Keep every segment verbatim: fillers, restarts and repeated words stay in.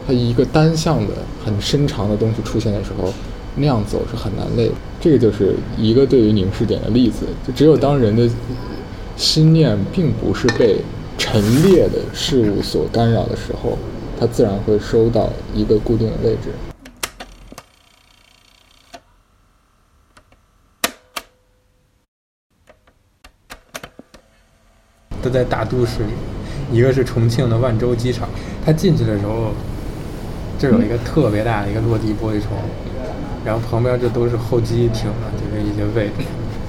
它一个单向的很深长的东西出现的时候，那样走是很难累的。这个就是一个对于凝视点的例子，就只有当人的心念并不是被陈列的事物所干扰的时候，它自然会收到一个固定的位置。 都在大都市里，一个是重庆的万州机场，它进去的时候，这有一个特别大的一个落地玻璃窗，然后旁边这都是候机厅的，就是一些位置。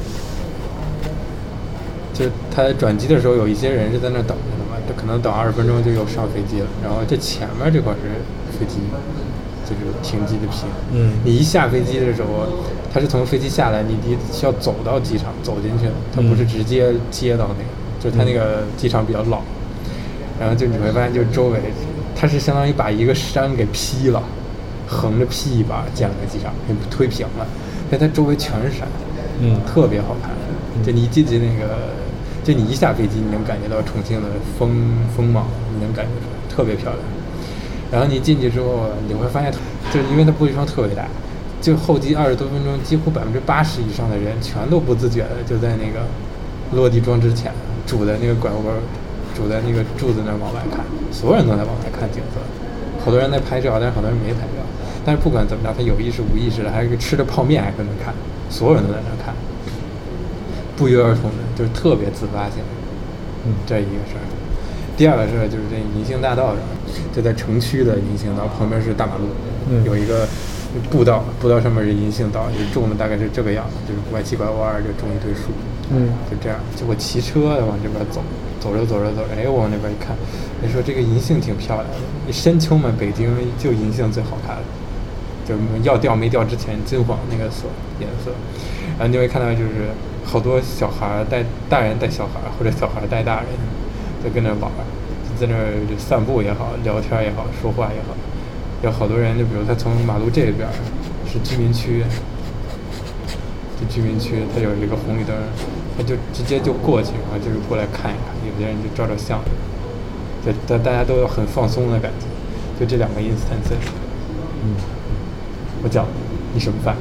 就他转机的时候，有一些人是在那等着的嘛，他可能等二十分钟就又上飞机了。然后这前面这块是飞机，就是停机的屏。 嗯， 你一下飞机的时候，他是从飞机下来，你得需要走到机场走进去的，他不是直接接到那个。就它那个机场比较老，然后就你会发现，就周围它是相当于把一个山给劈了，横着劈一把这样的机场给推平了，但它周围全是山， 嗯， 特别好看。就你一进去那个，就你一下飞机，你能感觉到重庆的风风貌，你能感觉出来，特别漂亮。然后你进去之后，你会发现，就是因为它玻璃窗特别大，就候机二十多分钟，几乎百分之八十以上的人全都不自觉的就在那个落地窗之前。拄在那个拐弯，拄在那个柱子那儿往外看，所有人都在往外看景色，好多人在拍照，但是好多人没拍照。但是不管怎么着，他有意识无意识的，还是吃着泡面还跟着看，所有人都在那看，不约而同的，就是特别自发性。 嗯， 这一个事儿。第二个事儿就是这银杏大道上，就在城区的银杏道旁边是大马路， 嗯、 有一个步道，步道上面是银杏道，就种的大概是这个样子，就是歪七拐弯就种一堆树。 嗯， 就这样，就我骑车往这边走，走着走着走着，哎，我往那边一看，你说这个银杏挺漂亮的，你深秋嘛，北京就银杏最好看了，就要掉没掉之前金黄那个色颜色，然后你会看到就是好多小孩带大人带小孩，或者小孩带大人，在跟那玩，在那散步也好，聊天也好，说话也好，有好多人，就比如他从马路这边是居民区。这居民区它有一个红绿灯，他就直接就过去，然后就是过来看一看，有些人就照照相，就大大家都有很放松的感觉，就这两个 instance。 嗯， 我讲你什么饭？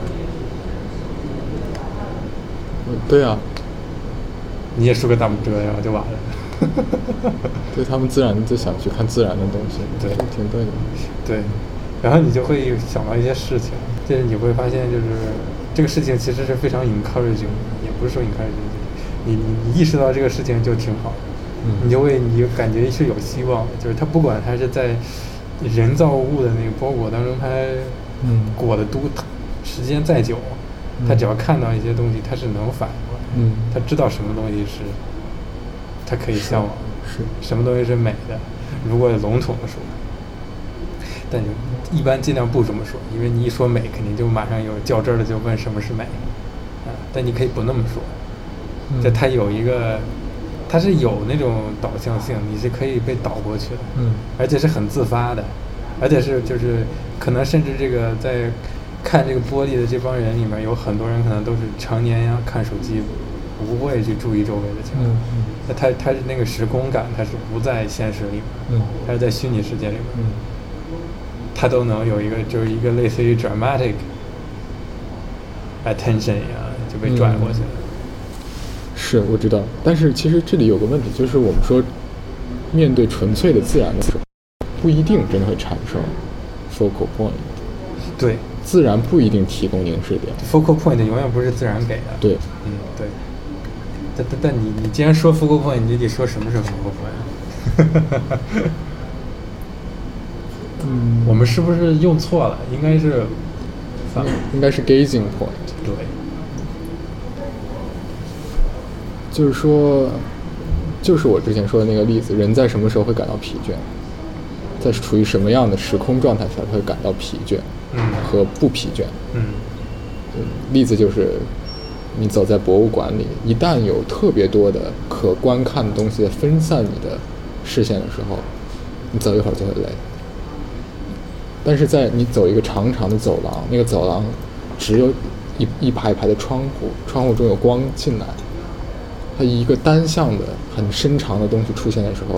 对啊， 你也竖个大拇指，然后就完了。 对，他们自然就想去看自然的东西， 对， 挺对的。 对，然后你就会想到一些事情，就是你会发现就是。这个事情其实是非常 encouraging， 也不是说 encouraging， 你你你意识到这个事情就挺好， 嗯， 你就会你感觉是有希望的，就是它不管它是在人造物的那个包裹当中，它裹的都时间再久，它只要看到一些东西，它是能反应过来， 嗯， 它知道什么东西是它可以向往， 是什么东西是美的，如果笼统的说。但你一般尽量不这么说，因为你一说美，肯定就马上有较真的就问什么是美，啊，但你可以不那么说，这、嗯、它有一个，它是有那种导向性，你是可以被导过去的， 嗯， 而且是很自发的，而且是就是可能甚至这个在看这个玻璃的这帮人里面，有很多人可能都是常年呀看手机，不会去注意周围的情况， 嗯， 那它它是那个时空感，它是不在现实里面， 嗯， 它是在虚拟世界里面， 嗯。 它都能有一个就是一个类似于 dramatic attention 一样就被拽过去了、 嗯、是我知道，但是其实这里有个问题，就是我们说面对纯粹的自然的时候，不一定真的会产生 focal point。 对， 自然不一定提供凝视点， focal point 永远不是自然给的。 对， 嗯，对。但但但你你既然说 focal point， 你得说什么是 focal point。嗯，我们是不是用错了？应该是， 应该是 gazing point。 对， 就是说，就是我之前说的那个例子，人在什么时候会感到疲倦？在处于什么样的时空状态下他会感到疲倦？ 嗯， 和不疲倦。 嗯， 例子就是，你走在博物馆里，一旦有特别多的可观看的东西分散你的视线的时候，你走一会儿就会累。但是在你走一个长长的走廊，那个走廊只有一一排一排的窗户，窗户中有光进来，它一个单向的很深长的东西出现的时候，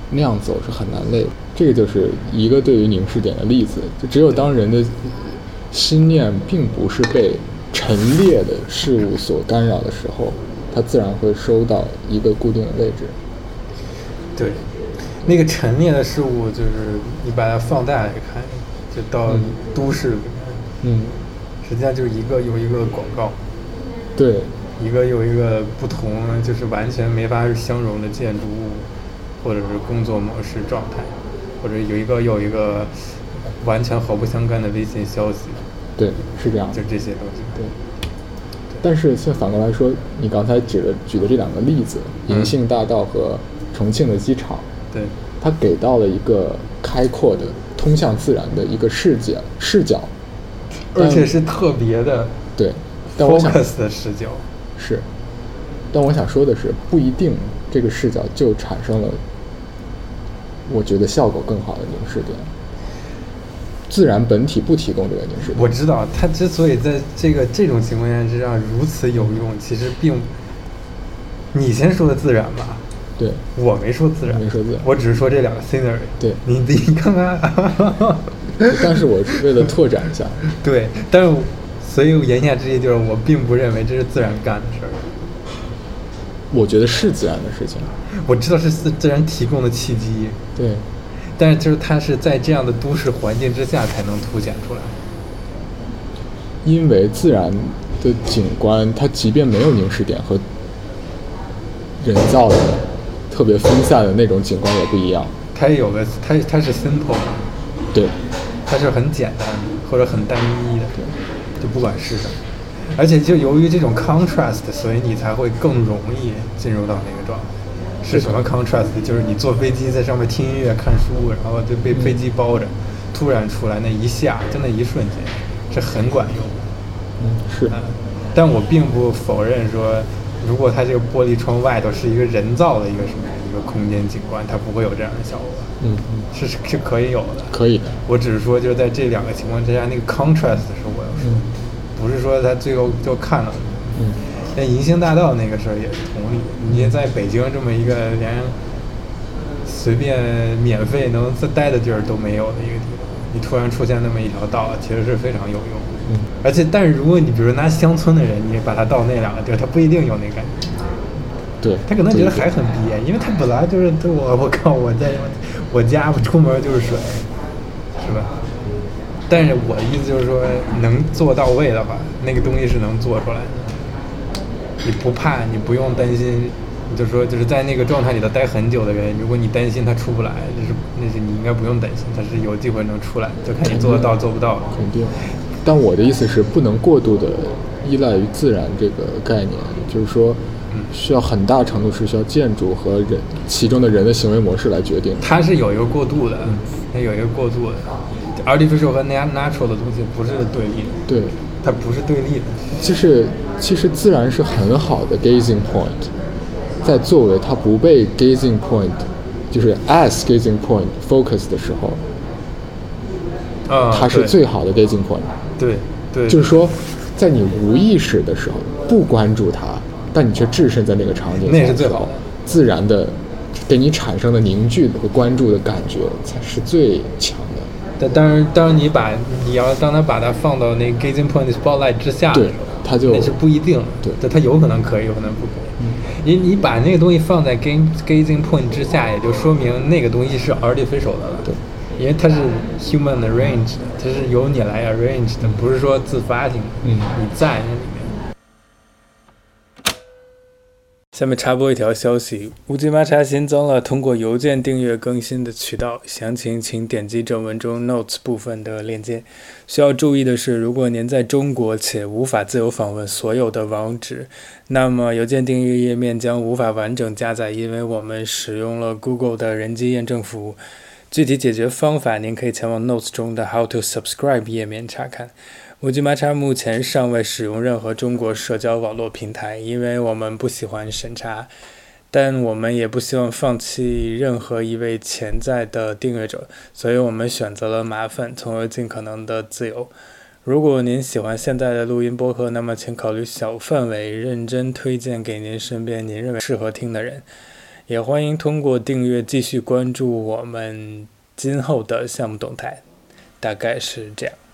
那样走是很难累的。这个就是一个对于凝视点的例子，就只有当人的心念并不是被陈列的事物所干扰的时候，它自然会收到一个固定的位置。 对，那个陈列的事物就是你把它放大来看，就到都市里面， 嗯， 实际上就是一个有一个广告， 对， 一个有一个不同，就是完全没法相容的建筑物，或者是工作模式状态，或者有一个有一个完全毫不相干的微信消息， 对，是这样， 就这些东西。 对。但是现在反过来说，你刚才举的举的这两个例子，银杏大道和重庆的机场， 对， 它给到了一个开阔的通向自然的一个视角视角， 而且是特别的对，但我想 focus 的视角是，但我想说的是，不一定这个视角就产生了我觉得效果更好的凝视点。自然本体不提供这个凝视点。 我知道，它之所以在这个这种情况下之上如此有用，其实并你先说的自然吧。 对， 我没说自然， 没说自然， 我只是说这两个 scenery。 对， 你你看看。 但是我是为了拓展一下。 对，但是所以言下之意就是，我并不认为这是自然干的事儿。 我觉得是自然的事情。 我知道是自自然提供的契机。 对。 但是就是它是在这样的都市环境之下才能凸显出来。 因为自然的景观，它即便没有凝视点和人造的特别分散的那种景观也不一样。 它也有个它它是 simple 的， 对， 它是很简单的或者很单一的， 对， 就不管是什么。而且就由于这种 contrast， 所以你才会更容易进入到那个状态。是什么 contrast？ 就是你坐飞机在上面听音乐、看书，然后就被飞机包着，嗯、突然出来那一下，就那一瞬间，是很管用的。 嗯，是。 嗯，但我并不否认说，如果它这个玻璃窗外头是一个人造的一个什么一个空间景观，它不会有这样的效果。 嗯嗯， 是是可以有的。 可以的。 我只是说，就是在这两个情况之下，那个 contrast 是我要说， 嗯、 不是说他最后就看到。 嗯。 像银杏大道那个事儿也是同理，你在北京这么一个连随便免费能待的地儿都没有的一个地方，你突然出现那么一条道，其实是非常有用的。 嗯， 而且但是如果你比如说拿乡村的人，你把他到那两个地儿，他不一定有那感觉。 对， 他可能觉得还很憋，因为他本来就是我我靠我在我家我出门就是水，是吧？但是我的意思就是说，能做到位的话，那个东西是能做出来的。你不怕，你不用担心，你就说就是在那个状态里头待很久的人，如果你担心他出不来，就是那是你应该不用担心，他是有机会能出来，就看你做得到做不到。 肯定。但我的意思是，不能过度的依赖于自然这个概念，就是说，需要很大程度是需要建筑和人其中的人的行为模式来决定。 它是有一个过渡的，它有一个过渡的。artificial 和 natural 的东西不是对立的。 对。 它不是对立的。 就是其实自然是很好的 gazing point， 在作为它不被 gazing point， 就是 as gazing point focus 的时候， 啊、 它是最好的 gazing point。 对对。 就是说，在你无意识的时候不关注它，但你却置身在那个场景， 那是最好的。 自然的给你产生的凝聚和关注的感觉才是最强的。 但当然，当你把你要当他把它放到那 gazing point spotlight 之下的时候， 它就那是不一定。 对， 它有可能可以，有可能不可以。 嗯、 你你把那个东西放在 gazing point 之下，也就说明那个东西是 artificial 的了。 对， 因为它是 human arranged， 它是由你来 arrange 的，不是说自发性的。 嗯， 你在那里面。下面插播一条消息，乌鸡麻茶新增了通过邮件订阅更新的渠道，详情请点击正文中 notes 部分的链接。需要注意的是，如果您在中国且无法自由访问所有的网址，那么邮件订阅页面将无法完整加载，因为我们使用了 Google 的人机验证服务。具体解决方法您可以前往 notes 中的 how to subscribe 页面查看。乌鸡麻茶目前尚未使用任何中国社交网络平台，因为我们不喜欢审查，但我们也不希望放弃任何一位潜在的订阅者，所以我们选择了麻烦，从而尽可能的自由。如果您喜欢现在的录音播客，那么请考虑小范围认真推荐给您身边您认为适合听的人。 也欢迎通过订阅继续关注我们今后的项目动态，大概是这样。